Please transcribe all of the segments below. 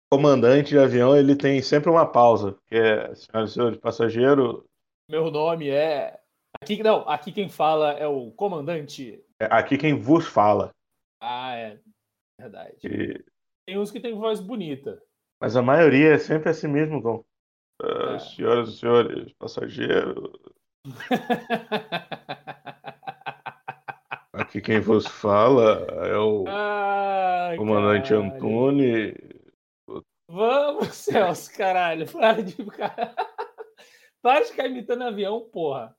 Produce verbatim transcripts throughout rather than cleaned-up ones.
Comandante de avião, ele tem sempre uma pausa, que é, senhoras e senhores passageiros, Meu nome é. Aqui não, aqui quem fala é o comandante. é aqui quem vos fala. Ah, é verdade. E- Tem uns que tem voz bonita. mas a maioria é sempre assim mesmo, Gon. Ah, É. senhoras e senhores passageiros, aqui quem vos fala é o Ai, comandante caralho. Antony. Vamos, Celso, caralho. Para de ficar. Para de ficar imitando avião, porra.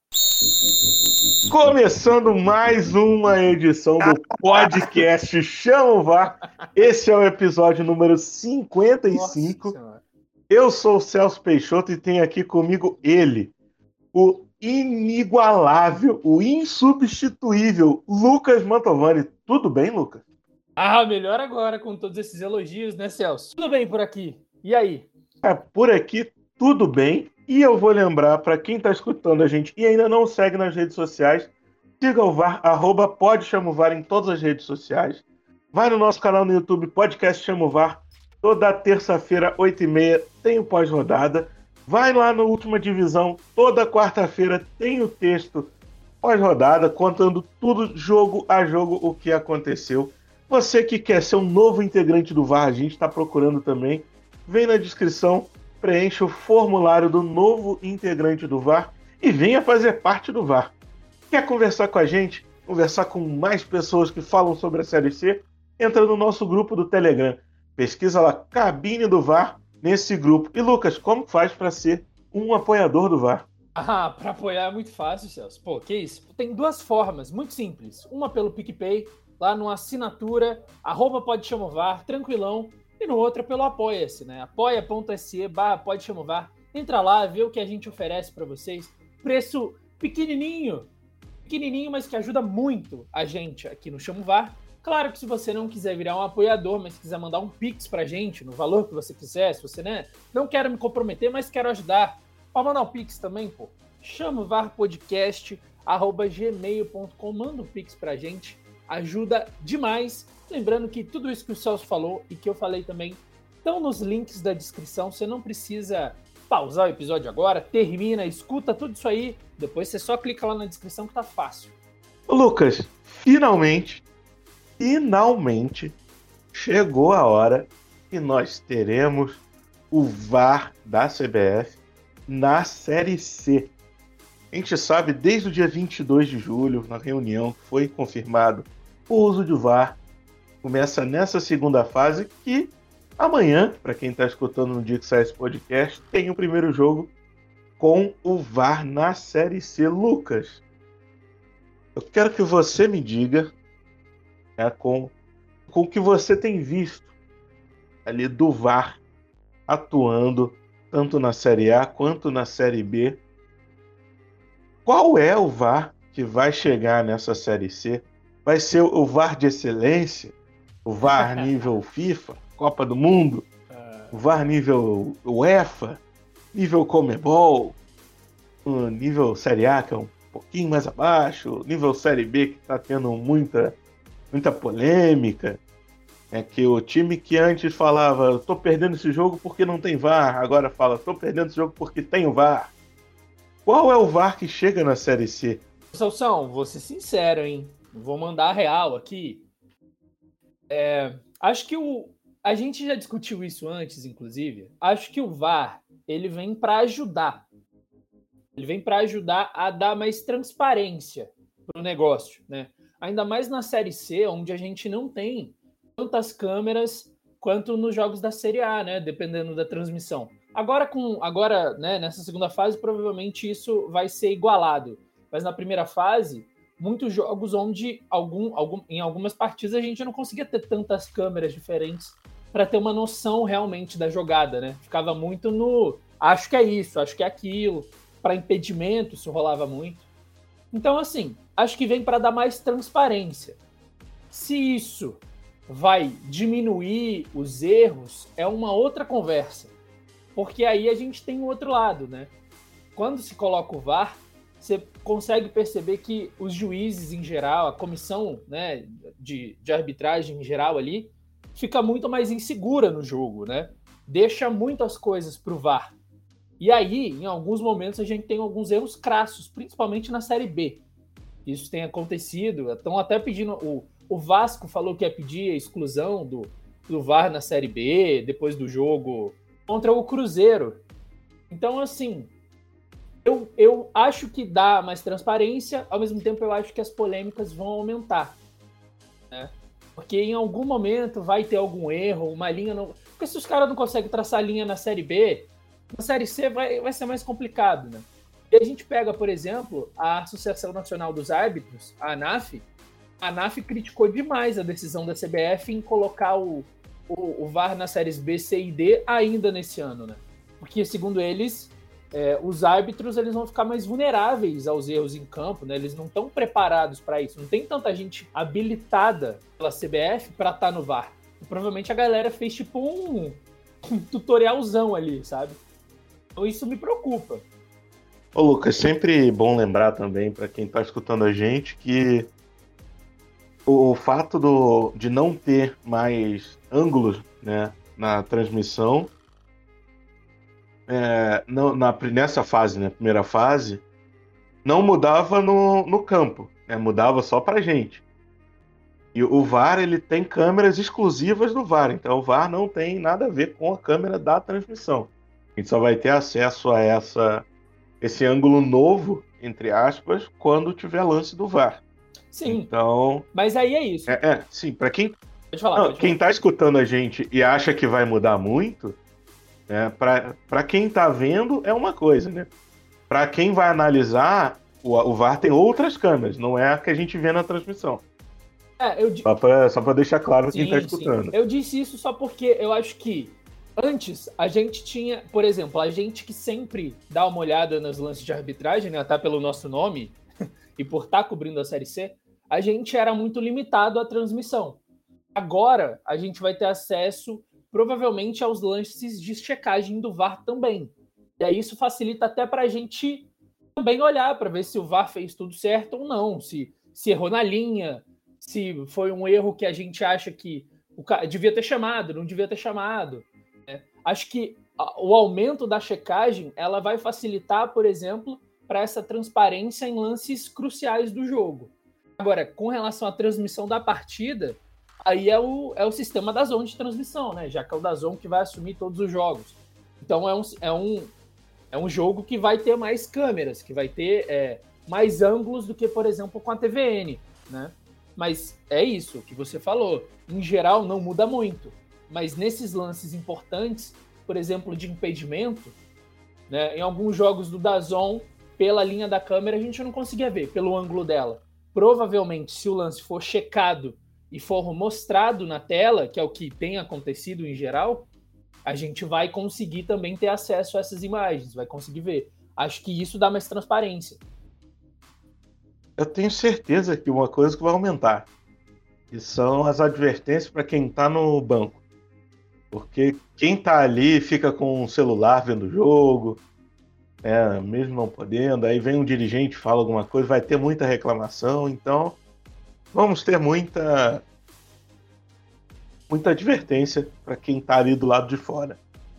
Começando mais uma edição do podcast Chama o V A R. Esse é o episódio número cinquenta e Nossa cinco. senhora. Eu sou o Celso Peixoto e tenho aqui comigo ele, o inigualável, o insubstituível Lucas Mantovani. Tudo bem, Lucas? Ah, melhor agora com todos esses elogios, né, Celso? Tudo bem por aqui. E aí? É, por aqui tudo bem. E eu vou lembrar para quem está escutando a gente e ainda não segue nas redes sociais, siga o V A R, arroba pode chama o V A R em todas as redes sociais. Vai no nosso canal no YouTube, Podcast Chama o V A R. Toda terça-feira, oito e meia, tem o pós-rodada. Vai lá no Última Divisão, toda quarta-feira tem o texto pós-rodada, contando tudo, jogo a jogo, o que aconteceu. Você que quer ser um novo integrante do V A R, a gente está procurando também. Vem na descrição, preencha o formulário do novo integrante do V A R e venha fazer parte do V A R. Quer conversar com a gente? Conversar com mais pessoas que falam sobre a Série C? Entra no nosso grupo do Telegram. Pesquisa lá, Cabine do V A R, nesse grupo. E Lucas, como faz para ser um apoiador do V A R? Ah, para apoiar é muito fácil, Celso. Pô, que isso? Tem duas formas, muito simples. Uma pelo PicPay, lá no assinatura, arroba pode chamar o V A R, tranquilão. E no outro é pelo Apoia-se, né? apoia.se barra pode chamar o V A R. Entra lá, vê o que a gente oferece para vocês. Preço pequenininho, pequenininho, mas que ajuda muito a gente aqui no Chama o V A R. Claro que se você não quiser virar um apoiador, mas quiser mandar um pix pra gente, no valor que você quiser, se você, né, não quero me comprometer, mas quero ajudar, pode mandar um pix também, pô. Chama o V A R podcast, arroba gmail ponto com, manda um pix pra gente, ajuda demais. Lembrando que tudo isso que o Celso falou e que eu falei também estão nos links da descrição, você não precisa pausar o episódio agora, termina, escuta tudo isso aí, depois você só clica lá na descrição que tá fácil. Lucas, finalmente, finalmente chegou a hora que nós teremos o V A R da C B F na Série C. A gente sabe, desde o dia vinte e dois de julho, na reunião, foi confirmado o uso de V A R. Começa nessa segunda fase que amanhã, para quem está escutando no dia que sai esse podcast, tem o primeiro jogo com o V A R na Série C. Lucas, eu quero que você me diga, né, com, com o que você tem visto ali do V A R atuando tanto na Série A quanto na Série B. Qual é o V A R que vai chegar nessa Série C? Vai ser o V A R de excelência? O V A R nível FIFA, Copa do Mundo? O V A R nível UEFA? Nível Comebol? O nível Série A, que é um pouquinho mais abaixo? Nível Série B, que está tendo muita, muita polêmica? É que o time que antes falava tô perdendo esse jogo porque não tem V A R, agora fala tô perdendo esse jogo porque tem o V A R. Qual é o V A R que chega na Série C? Salsão, vou ser sincero, hein? Vou mandar a real aqui. É, acho que o... A gente já discutiu isso antes, inclusive. Acho que o V A R, ele vem para ajudar. Ele vem para ajudar a dar mais transparência pro negócio, né? Ainda mais na Série C, onde a gente não tem tantas câmeras quanto nos jogos da Série A, né? Dependendo da transmissão. Agora, com, agora né, nessa segunda fase, provavelmente isso vai ser igualado. Mas na primeira fase, muitos jogos onde algum, algum, em algumas partidas a gente não conseguia ter tantas câmeras diferentes para ter uma noção realmente da jogada, né? Ficava muito no acho que é isso, acho que é aquilo. Para impedimento, isso rolava muito. Então, assim, acho que vem para dar mais transparência. Se isso vai diminuir os erros, é uma outra conversa. Porque aí a gente tem o outro lado, né? Quando se coloca o V A R, você consegue perceber que os juízes em geral, a comissão, né, de, de arbitragem em geral ali, fica muito mais insegura no jogo, né? deixa muitas coisas pro V A R. E aí, em alguns momentos, a gente tem alguns erros crassos, principalmente na Série B. Isso tem acontecido. Estão até pedindo... O, o Vasco falou que ia pedir a exclusão do, do V A R na Série B, depois do jogo contra o Cruzeiro. Então, assim, eu, eu acho que dá mais transparência, ao mesmo tempo eu acho que as polêmicas vão aumentar, né? Porque em algum momento vai ter algum erro, uma linha... Não... Porque se os caras não conseguem traçar linha na Série B... Na Série C vai, vai ser mais complicado, né? E a gente pega, por exemplo, a Associação Nacional dos Árbitros, a ANAF. A ANAF criticou demais a decisão da C B F em colocar o, o, o V A R nas séries B, C e D ainda nesse ano, né? Porque, segundo eles, é, os árbitros eles vão ficar mais vulneráveis aos erros em campo, né? Eles não estão preparados para isso. Não tem tanta gente habilitada pela C B F para estar no V A R. E, provavelmente a galera fez tipo um, um tutorialzão ali, sabe? Então isso me preocupa. Ô Lucas, sempre bom lembrar também para quem está escutando a gente que o, o fato do, de não ter mais ângulos, né, na transmissão, é, não, na, nessa fase, né, primeira fase, não mudava no, no campo, né, mudava só para a gente. E o V A R ele tem câmeras exclusivas do V A R, então o V A R não tem nada a ver com a câmera da transmissão. A gente só vai ter acesso a essa, esse ângulo novo, entre aspas, quando tiver lance do V A R. Sim. Então, mas aí é isso. É, é sim, para quem, pode falar, não, pode quem falar. tá escutando a gente e acha que vai mudar muito, né, para quem tá vendo é uma coisa, né? Para quem vai analisar, o, o V A R tem outras câmeras, não é a que a gente vê na transmissão. É, eu... Só para só para deixar claro sim, quem tá escutando. Sim. Eu disse isso só porque eu acho que antes, a gente tinha, por exemplo, a gente que sempre dá uma olhada nos lances de arbitragem, né, até pelo nosso nome, e por estar cobrindo a Série C, a gente era muito limitado à transmissão. Agora, a gente vai ter acesso, provavelmente, aos lances de checagem do V A R também. E aí isso facilita até para a gente também olhar, para ver se o V A R fez tudo certo ou não, se, se errou na linha, se foi um erro que a gente acha que o cara devia ter chamado, não devia ter chamado. Acho que o aumento da checagem ela vai facilitar, por exemplo, para essa transparência em lances cruciais do jogo. Agora, com relação à transmissão da partida, aí é o, é o sistema da DAZN de transmissão, né? Já que é o DAZN que vai assumir todos os jogos. Então é um, é um, é um jogo que vai ter mais câmeras, que vai ter é, mais ângulos do que, por exemplo, com a T V N, né? Mas é isso que você falou. Em geral, não muda muito. Mas nesses lances importantes, por exemplo, de impedimento, né, em alguns jogos do DAZN, pela linha da câmera, a gente não conseguia ver, pelo ângulo dela. Provavelmente, se o lance for checado e for mostrado na tela, que é o que tem acontecido em geral, a gente vai conseguir também ter acesso a essas imagens, vai conseguir ver. Acho que isso dá mais transparência. Eu tenho certeza que uma coisa que vai aumentar, que são as advertências para quem está no banco. Porque quem tá ali fica com o celular vendo o jogo, né, mesmo não podendo, aí vem um dirigente, fala alguma coisa, vai ter muita reclamação, então vamos ter muita muita advertência para quem tá ali do lado de fora.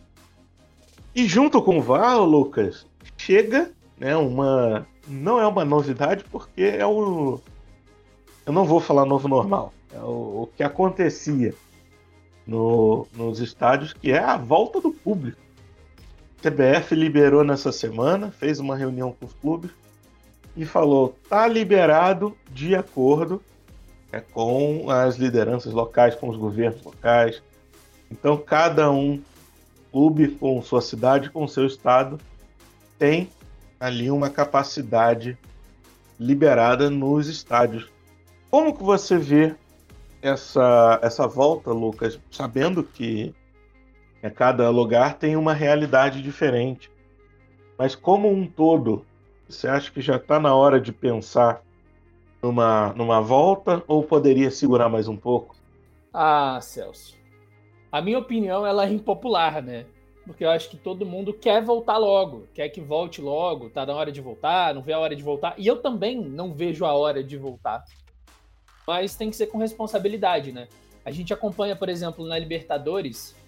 E junto com o V A R, Lucas, chega, né, uma... não é uma novidade, porque é o... eu não vou falar novo normal, é o, o que acontecia No, nos estádios, que é a volta do público. A C B F liberou nessa semana, fez uma reunião com os clubes e falou, tá liberado de acordo, é, com as lideranças locais, com os governos locais. Então cada um, clube com sua cidade, com seu estado, tem ali uma capacidade liberada nos estádios. Como que você vê Essa, essa volta, Lucas, sabendo que é, cada lugar tem uma realidade diferente, mas como um todo, você acha que já está na hora de pensar numa, numa volta ou poderia segurar mais um pouco? Ah, Celso, a minha opinião ela é impopular, né? Porque eu acho que todo mundo quer voltar logo, quer que volte logo, tá na hora de voltar, não vê a hora de voltar, e eu também não vejo a hora de voltar. Mas tem que ser com responsabilidade, né? A gente acompanha, por exemplo, na Libertadores,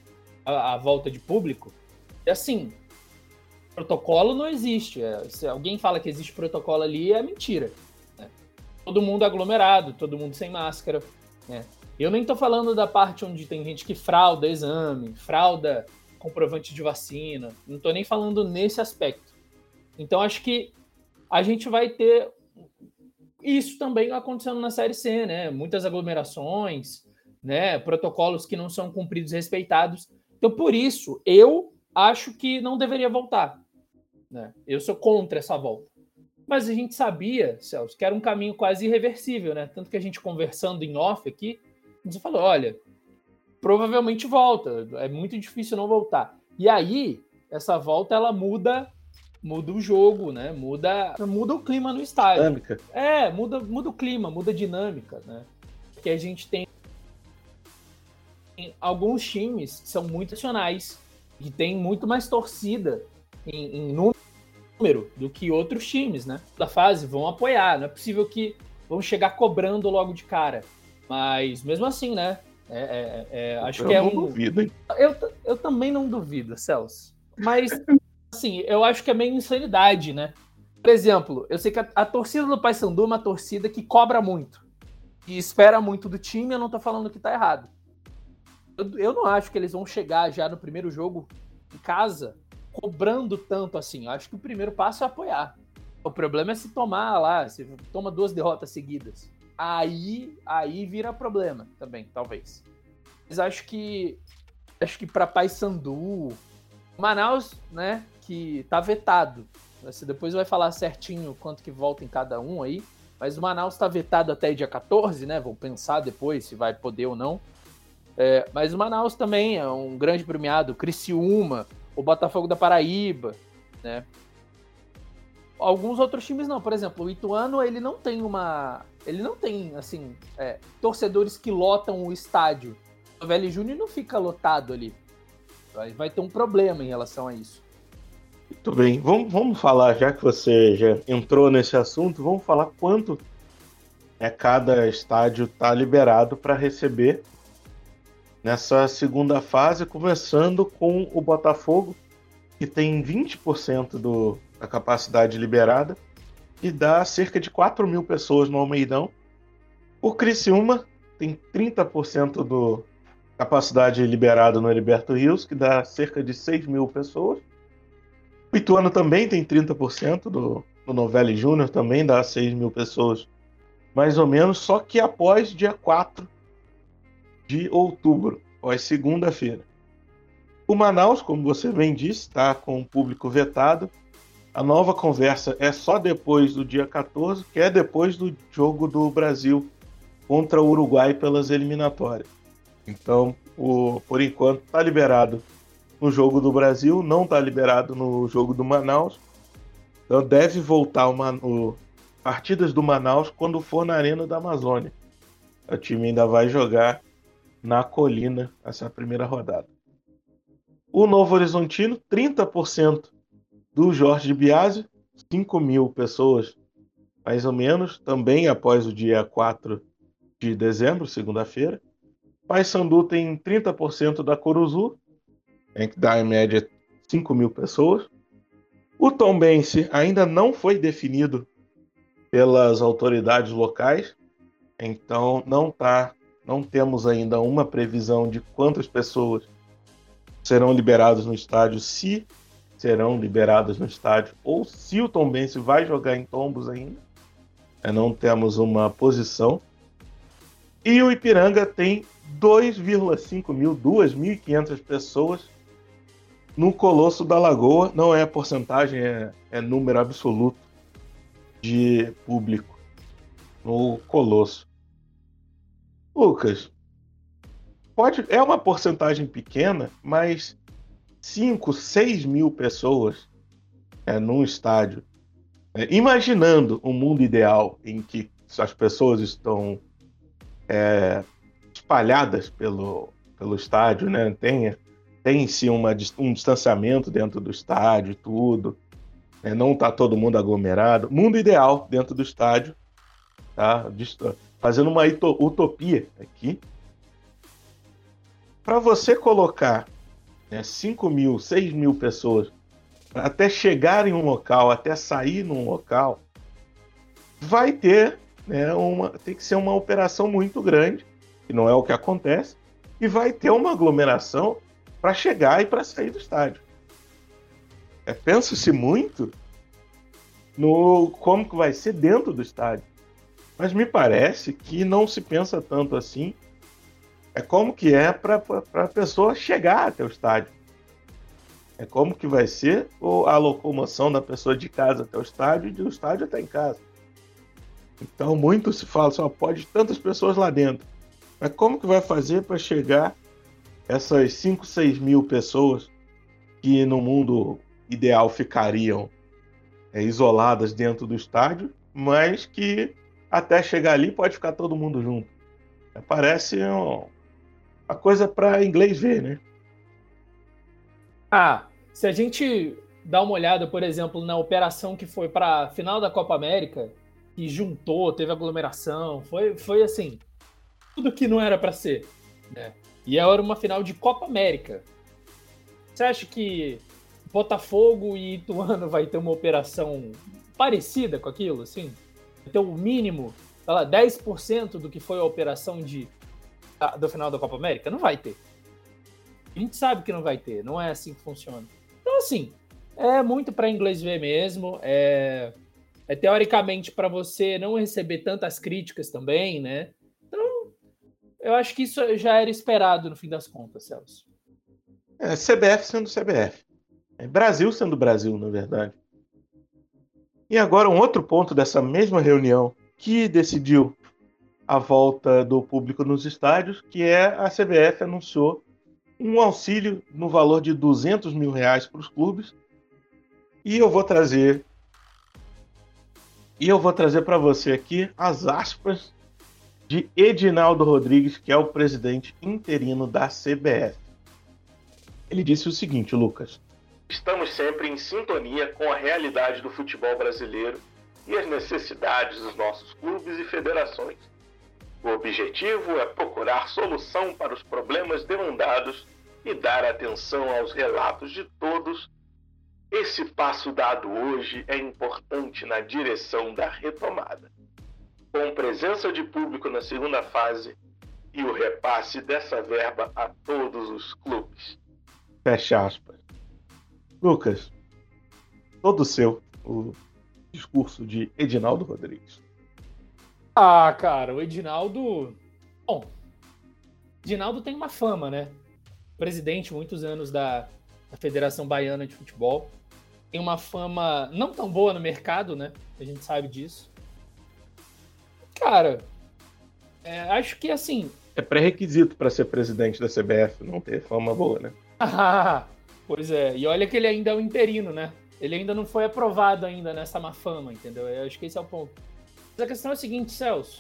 a, a volta de público. E assim, protocolo não existe. É, se alguém fala que existe protocolo ali, é mentira. Né? Todo mundo aglomerado, todo mundo sem máscara. Né? Eu nem tô falando da parte onde tem gente que frauda exame, frauda comprovante de vacina. Não tô nem falando nesse aspecto. Então, acho que a gente vai ter isso também acontecendo na Série C, né? Muitas aglomerações, né? Protocolos que não são cumpridos e respeitados. Então, por isso, eu acho que não deveria voltar. Né? Eu sou contra essa volta. Mas a gente sabia, Celso, que era um caminho quase irreversível, né? Tanto que a gente conversando em off aqui, a gente falou, olha, provavelmente volta, é muito difícil não voltar. E aí, essa volta, ela muda, muda o jogo, né? Muda, muda o clima no estádio. Dinâmica. É, muda, muda o clima, muda a dinâmica, né? Porque a gente tem alguns times que são muito nacionais, que tem muito mais torcida em, em número do que outros times, né? Da fase vão apoiar, não é possível que vão chegar cobrando logo de cara. Mas mesmo assim, né? É, é, é, acho eu que é não um. Duvido, hein? Eu, eu também não duvido, Celso. Mas, assim, eu acho que é meio insanidade, né? Por exemplo, eu sei que a, a torcida do Paysandu é uma torcida que cobra muito e espera muito do time. Eu não tô falando que tá errado. Eu, eu não acho que eles vão chegar já no primeiro jogo em casa cobrando tanto assim. Eu acho que o primeiro passo é apoiar. O problema é se tomar lá, se toma duas derrotas seguidas. Aí, aí vira problema também, talvez. Mas acho que acho que para Paysandu, Manaus, né, que tá vetado. Você depois vai falar certinho quanto que volta em cada um aí, mas o Manaus tá vetado até dia quatorze, né? Vou pensar depois se vai poder ou não. É, mas o Manaus também é um grande premiado, Criciúma, o Botafogo da Paraíba, né? Alguns outros times não, por exemplo, o Ituano, ele não tem uma, ele não tem assim, é, torcedores que lotam o estádio. O Velho Júnior não fica lotado ali. Vai, vai ter um problema em relação a isso. Muito bem, vamos, vamos falar, já que você já entrou nesse assunto, vamos falar quanto é cada estádio está liberado para receber nessa segunda fase, começando com o Botafogo, que tem vinte por cento do, da capacidade liberada, e dá cerca de quatro mil pessoas no Almeidão. O Criciúma tem trinta por cento da capacidade liberada no Heriberto Rios, que dá cerca de seis mil pessoas. O Ituano também tem trinta por cento do, do Novelli Júnior, também dá seis mil pessoas, mais ou menos, só que após dia quatro de outubro, após segunda-feira. O Manaus, como você bem disse, está com o público vetado. A nova conversa é só depois do dia quatorze, que é depois do jogo do Brasil contra o Uruguai pelas eliminatórias. Então, o, por enquanto, está liberado no jogo do Brasil, não está liberado no jogo do Manaus. Então deve voltar uma, o, partidas do Manaus quando for na Arena da Amazônia. O time ainda vai jogar na Colina essa primeira rodada. O Novo Horizontino, trinta por cento do Jorge Biasi, cinco mil pessoas, mais ou menos, também após o dia quatro de dezembro, segunda-feira. Paysandu tem trinta por cento da Curuzu, que dá em média cinco mil pessoas. O Tombense ainda não foi definido pelas autoridades locais, então não, tá, não temos ainda uma previsão de quantas pessoas serão liberadas no estádio, se serão liberadas no estádio, ou se o Tombense vai jogar em Tombos ainda. Não temos uma posição. E o Ipiranga tem dois vírgula cinco mil, duas mil e quinhentas pessoas no Colosso da Lagoa. Não é porcentagem, é, é número absoluto de público no Colosso. Lucas, pode, é uma porcentagem pequena, mas cinco, seis mil pessoas é, num estádio. É, imaginando um mundo ideal em que as pessoas estão é, espalhadas pelo, pelo estádio, né? Tem, tem-se uma, um distanciamento dentro do estádio e tudo. Né? Não está todo mundo aglomerado. Mundo ideal dentro do estádio. Tá? Fazendo uma utopia aqui. Para você colocar né, cinco mil, seis mil pessoas, até chegar em um local, até sair num local, vai ter, né, uma, tem que ser uma operação muito grande, que não é o que acontece, e vai ter uma aglomeração para chegar e para sair do estádio. É, pensa-se muito no como que vai ser dentro do estádio, mas me parece que não se pensa tanto assim. É como que é para a pessoa chegar até o estádio. É como que vai ser a locomoção da pessoa de casa até o estádio e do estádio até em casa. Então, muito se fala, só pode tantas pessoas lá dentro. Mas como que vai fazer para chegar essas cinco, seis mil pessoas que no mundo ideal ficariam é, isoladas dentro do estádio, mas que até chegar ali pode ficar todo mundo junto? É, parece um, uma coisa para inglês ver, né? Ah, se a gente dá uma olhada, por exemplo, na operação que foi para a final da Copa América, que juntou, teve aglomeração, foi, foi assim, tudo que não era para ser, né? E era uma final de Copa América. Você acha que Botafogo e Ituano vai ter uma operação parecida com aquilo, assim? Vai ter o mínimo, sei lá, dez por cento do que foi a operação de, do final da Copa América? Não vai ter. A gente sabe que não vai ter, não é assim que funciona. Então, assim, é muito para inglês ver mesmo, é, é teoricamente para você não receber tantas críticas também, né? Então, eu acho que isso já era esperado no fim das contas, Celso. É, C B F sendo C B F. É Brasil sendo Brasil, na verdade. E agora um outro ponto dessa mesma reunião que decidiu a volta do público nos estádios, que é a C B F anunciou um auxílio no valor de duzentos mil reais para os clubes. E eu vou trazer e eu vou trazer para você aqui as aspas de Edinaldo Rodrigues, que é o presidente interino da C B F. Ele disse o seguinte, Lucas: estamos sempre em sintonia com a realidade do futebol brasileiro e as necessidades dos nossos clubes e federações. O objetivo é procurar solução para os problemas demandados e dar atenção aos relatos de todos. Esse passo dado hoje é importante na direção da retomada. Com presença de público na segunda fase e o repasse dessa verba a todos os clubes. Fecha aspas. Lucas, todo seu o discurso de Edinaldo Rodrigues. Ah, cara, o Edinaldo... Bom, Edinaldo tem uma fama, né? Presidente muitos anos da, da Federação Baiana de Futebol. Tem uma fama não tão boa no mercado, né? A gente sabe disso. Cara, é, acho que assim... É pré-requisito para ser presidente da C B F não ter fama boa, né? Ah, pois é. E olha que ele ainda é um interino, né? Ele ainda não foi aprovado ainda nessa má fama, entendeu? Eu acho que esse é o ponto. Mas a questão é a seguinte, Celso.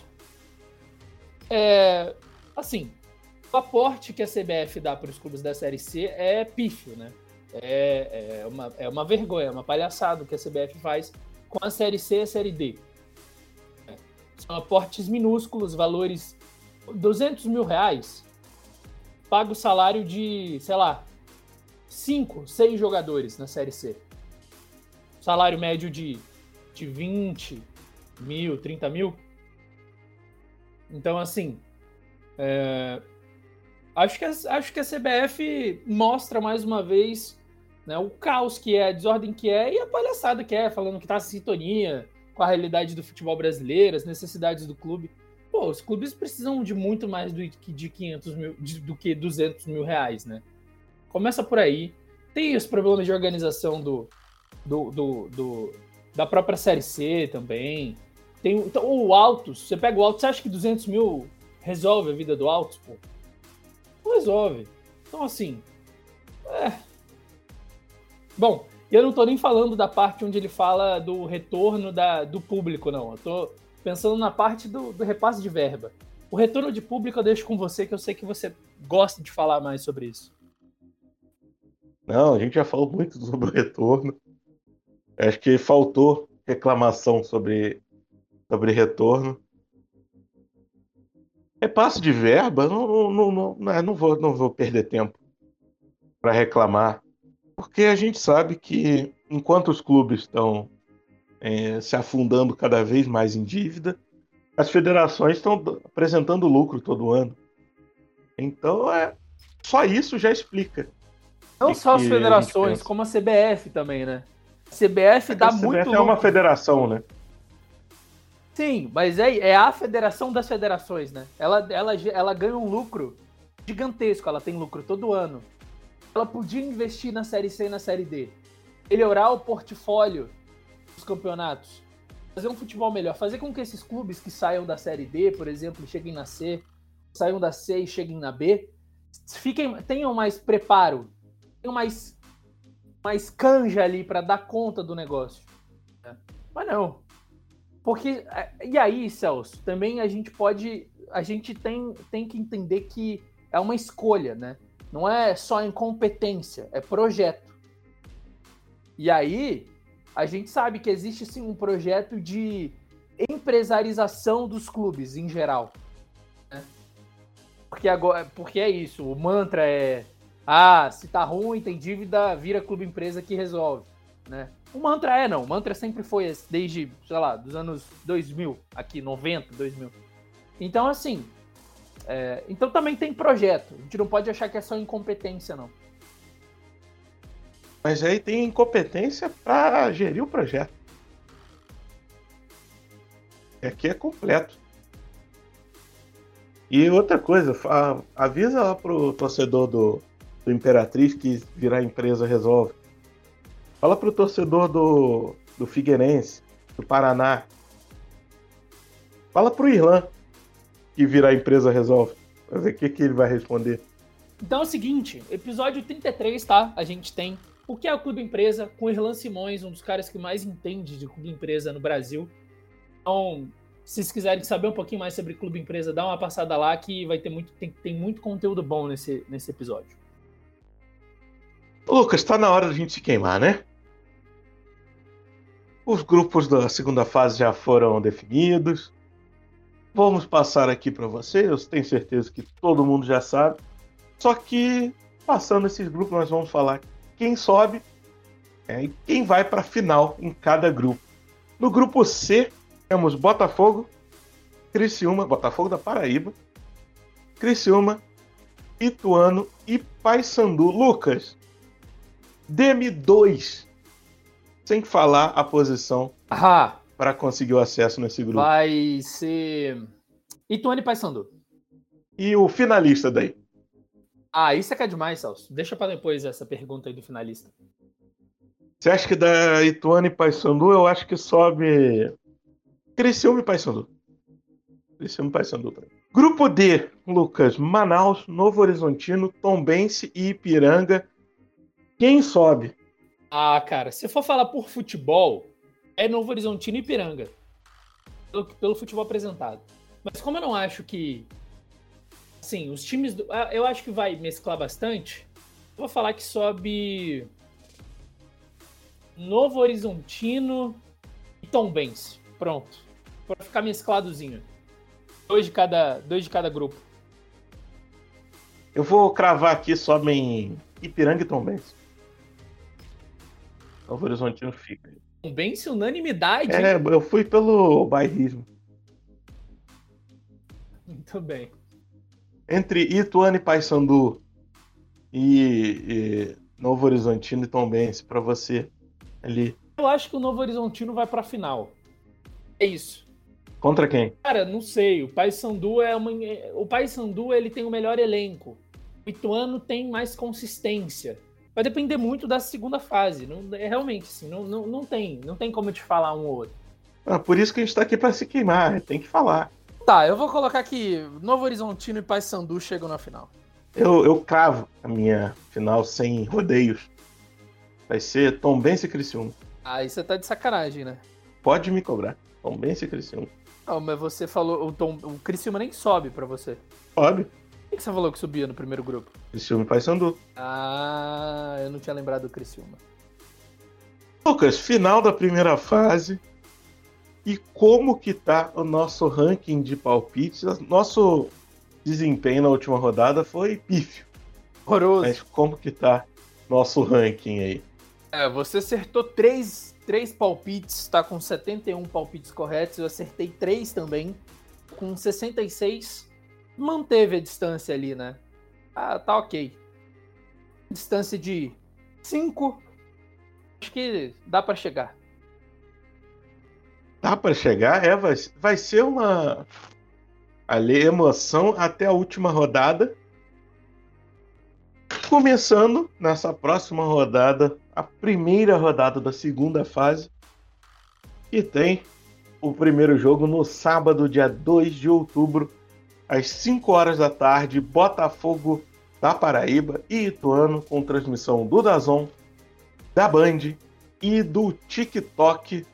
É, assim, o aporte que a C B F dá para os clubes da Série C é pífio, né? É, é, uma, é uma vergonha, é uma palhaçada o que a C B F faz com a Série C e a Série D. São aportes minúsculos, valores duzentos mil reais, paga o salário de, sei lá, cinco, seis jogadores na Série C. Salário médio de, de vinte mil, trinta mil. Então, assim, é, acho, que a, acho que a C B F mostra mais uma vez, né, o caos que é, a desordem que é e a palhaçada que é, falando que tá em sintonia com a realidade do futebol brasileiro, as necessidades do clube. Pô, os clubes precisam de muito mais do que de quinhentos mil, de, do que duzentos mil reais, né? Começa por aí. Tem os problemas de organização do, do, do, do da própria Série C também. Tem então, o Altos. Você pega o Altos, você acha que duzentos mil resolve a vida do Altos? Pô? Não resolve. Então, assim... É... Bom, eu não tô nem falando da parte onde ele fala do retorno da, do público, não. Eu tô pensando na parte do, do repasse de verba. O retorno de público eu deixo com você, que eu sei que você gosta de falar mais sobre isso. Não, a gente já falou muito sobre o retorno. Acho que faltou reclamação sobre, sobre retorno. Repasse de verba, não, não, não, não, não, vou, não vou perder tempo para reclamar, porque a gente sabe que enquanto os clubes estão é, se afundando cada vez mais em dívida, as federações estão apresentando lucro todo ano. Então, é, só isso já explica. Não que, só as que federações, como a C B F também, né? A C B F é dá a C B F muito é lucro. uma federação, né? Sim, mas é, é a federação das federações, né? Ela, ela, ela ganha um lucro gigantesco, ela tem lucro todo ano. Ela podia investir na Série C e na Série D. Melhorar o portfólio dos campeonatos. Fazer um futebol melhor. Fazer com que esses clubes que saiam da Série D, por exemplo, cheguem na C, saiam da C e cheguem na B, fiquem, tenham mais preparo, tenham mais, mais canja ali para dar conta do negócio. Mas não. Porque, e aí, Celso, também a gente pode, a gente tem, tem que entender que é uma escolha, né? Não é só incompetência, é projeto. E aí, a gente sabe que existe sim um projeto de empresarização dos clubes em geral. Né? Porque, agora, porque é isso, o mantra é, ah, se tá ruim, tem dívida, vira clube empresa que resolve, né? O mantra é, não. O mantra sempre foi esse, desde, sei lá, dos anos dois mil, aqui, noventa, dois mil. Então, assim, é, então também tem projeto. A gente não pode achar que é só incompetência, não. Mas aí tem incompetência para gerir o projeto. Aqui é completo. E outra coisa, avisa lá pro torcedor do, do Imperatriz que virar empresa resolve. Fala pro torcedor do, do Figueirense, do Paraná. Fala pro Irlan que virar empresa resolve. Pra ver o que, que ele vai responder. Então é o seguinte, episódio trinta e três, tá? A gente tem o que é o Clube Empresa, com o Irlan Simões, um dos caras que mais entende de Clube Empresa no Brasil. Então, se vocês quiserem saber um pouquinho mais sobre Clube Empresa, dá uma passada lá que vai ter muito, tem, tem muito conteúdo bom nesse, nesse episódio. Lucas, tá na hora da gente se queimar, né? Os grupos da segunda fase já foram definidos. Vamos passar aqui para vocês. Eu tenho certeza que todo mundo já sabe. Só que, passando esses grupos, nós vamos falar quem sobe é, e quem vai para a final em cada grupo. No grupo C, temos Botafogo, Criciúma, Botafogo da Paraíba, Criciúma, Ituano e Paysandu. Lucas, dê-me dois. Sem falar a posição ah, para conseguir o acesso nesse grupo. Vai ser Ituano e Paysandu. E o finalista daí? Ah, isso é que é demais, Celso. Deixa para depois essa pergunta aí do finalista. Você acha que da Ituano e Paysandu, eu acho que sobe Criciúma e Paysandu. Criciúma e Paysandu. Grupo D, Lucas, Manaus, Novo Horizontino, Tombense e Ipiranga. Quem sobe? Ah, cara, se for falar por futebol, é Novo Horizontino e Ipiranga. Pelo, pelo futebol apresentado. Mas como eu não acho que... Assim, os times... Do, eu acho que vai mesclar bastante. Eu vou falar que sobe... Novo Horizontino e Tombense. Pronto. Pra ficar mescladozinho. Dois de cada, dois de cada grupo. Eu vou cravar aqui, sobem Ipiranga e Tombense. Novo Horizontino fica. Tombense, unanimidade. É, hein? Eu fui pelo bairrismo. Muito bem. Entre Ituano e Paysandu e, e Novo Horizontino e Tombense, pra você ali. Eu acho que o Novo Horizontino vai pra final. É isso. Contra quem? Cara, não sei. O Paysandu é uma... O Paysandu, ele tem o melhor elenco. O Ituano tem mais consistência. Vai depender muito da segunda fase. Não, é realmente, assim, não, não, não, tem, não tem como eu te falar um ou outro. Ah, por isso que a gente tá aqui pra se queimar, tem que falar. Tá, eu vou colocar aqui Novo Horizontino e Paysandu chegam na final. Eu, eu cravo a minha final sem rodeios. Vai ser Tombense e Criciúma. Aí você tá de sacanagem, né? Pode me cobrar. Tombense e Criciúma. Não, mas você falou... O, Tom, o Criciúma nem sobe pra você. Sobe. O que você falou que subia no primeiro grupo? Criciúma e Paysandu. Ah, eu não tinha lembrado do Criciúma. Lucas, final da primeira fase. E como que tá o nosso ranking de palpites? Nosso desempenho na última rodada foi pífio. Horroroso. Mas como que tá nosso ranking aí. É, você acertou três, três palpites, tá com setenta e um palpites corretos, eu acertei três também, com sessenta e seis, manteve a distância ali, né? Ah, tá ok. Distância de cinco, acho que dá pra chegar. Dá pra chegar? É, vai, vai ser uma ali, emoção até a última rodada. Começando nessa próxima rodada, a primeira rodada da segunda fase, que tem o primeiro jogo no sábado, dia dois de outubro, às cinco horas da tarde, Botafogo da Paraíba e Ituano, com transmissão do DAZN, da Band e do TikTok.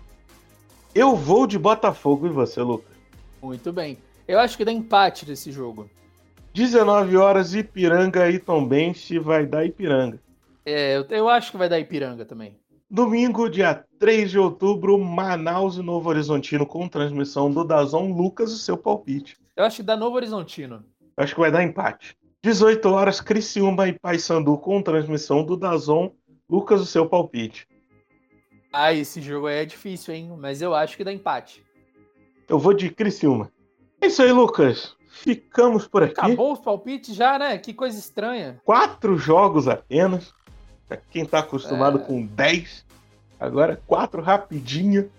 Eu vou de Botafogo e você, Lucas? Muito bem. Eu acho que dá empate nesse jogo. dezenove horas, Ipiranga e Tombense, vai dar Ipiranga. É, eu, eu acho que vai dar Ipiranga também. Domingo, dia três de outubro, Manaus e Novo Horizontino, com transmissão do DAZN. Lucas, o seu palpite. Eu acho que dá Novo Horizontino. Acho que vai dar empate. dezoito horas, Criciúma e Paysandu, com transmissão do DAZN. Lucas, o seu palpite. Ah, esse jogo aí é difícil, hein? Mas eu acho que dá empate. Eu vou de Criciúma. É isso aí, Lucas. Ficamos por aqui. Acabou os palpites já, né? Que coisa estranha. Quatro jogos apenas. Pra quem tá acostumado É... com dez. Agora quatro rapidinho.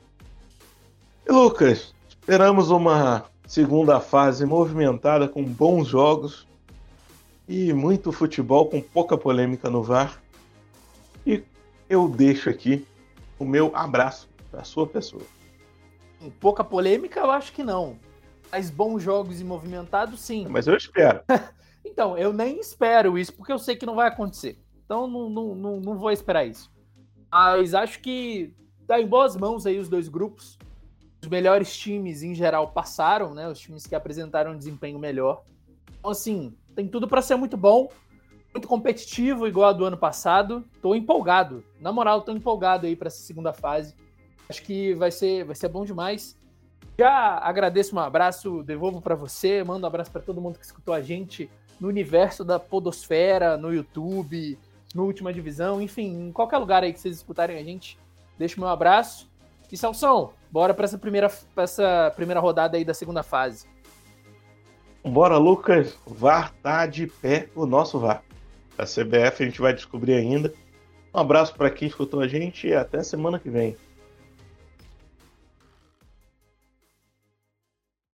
E, Lucas, esperamos uma segunda fase movimentada com bons jogos e muito futebol com pouca polêmica no V A R. E eu deixo aqui o meu abraço para sua pessoa. Com pouca polêmica, eu acho que não. Mas bons jogos e movimentados, sim. Mas eu espero. Então, eu nem espero isso, porque eu sei que não vai acontecer. Então, não, não, não, não vou esperar isso. Mas acho que tá em boas mãos aí os dois grupos. Os melhores times, em geral, passaram, né? Os times que apresentaram um desempenho melhor. Então, assim, tem tudo para ser muito bom. Muito competitivo, igual a do ano passado. Tô empolgado. Na moral, tô empolgado aí para essa segunda fase. Acho que vai ser, vai ser bom demais. Já agradeço, um abraço, devolvo para você, mando um abraço para todo mundo que escutou a gente no universo da podosfera, no YouTube, no Última Divisão, enfim, em qualquer lugar aí que vocês escutarem a gente, deixo meu abraço. E Celção, bora para essa primeira, pra essa primeira rodada aí da segunda fase. Bora, Lucas. V A R tá de pé, o nosso V A R. A C B F a gente vai descobrir ainda. Um abraço para quem escutou a gente e até semana que vem.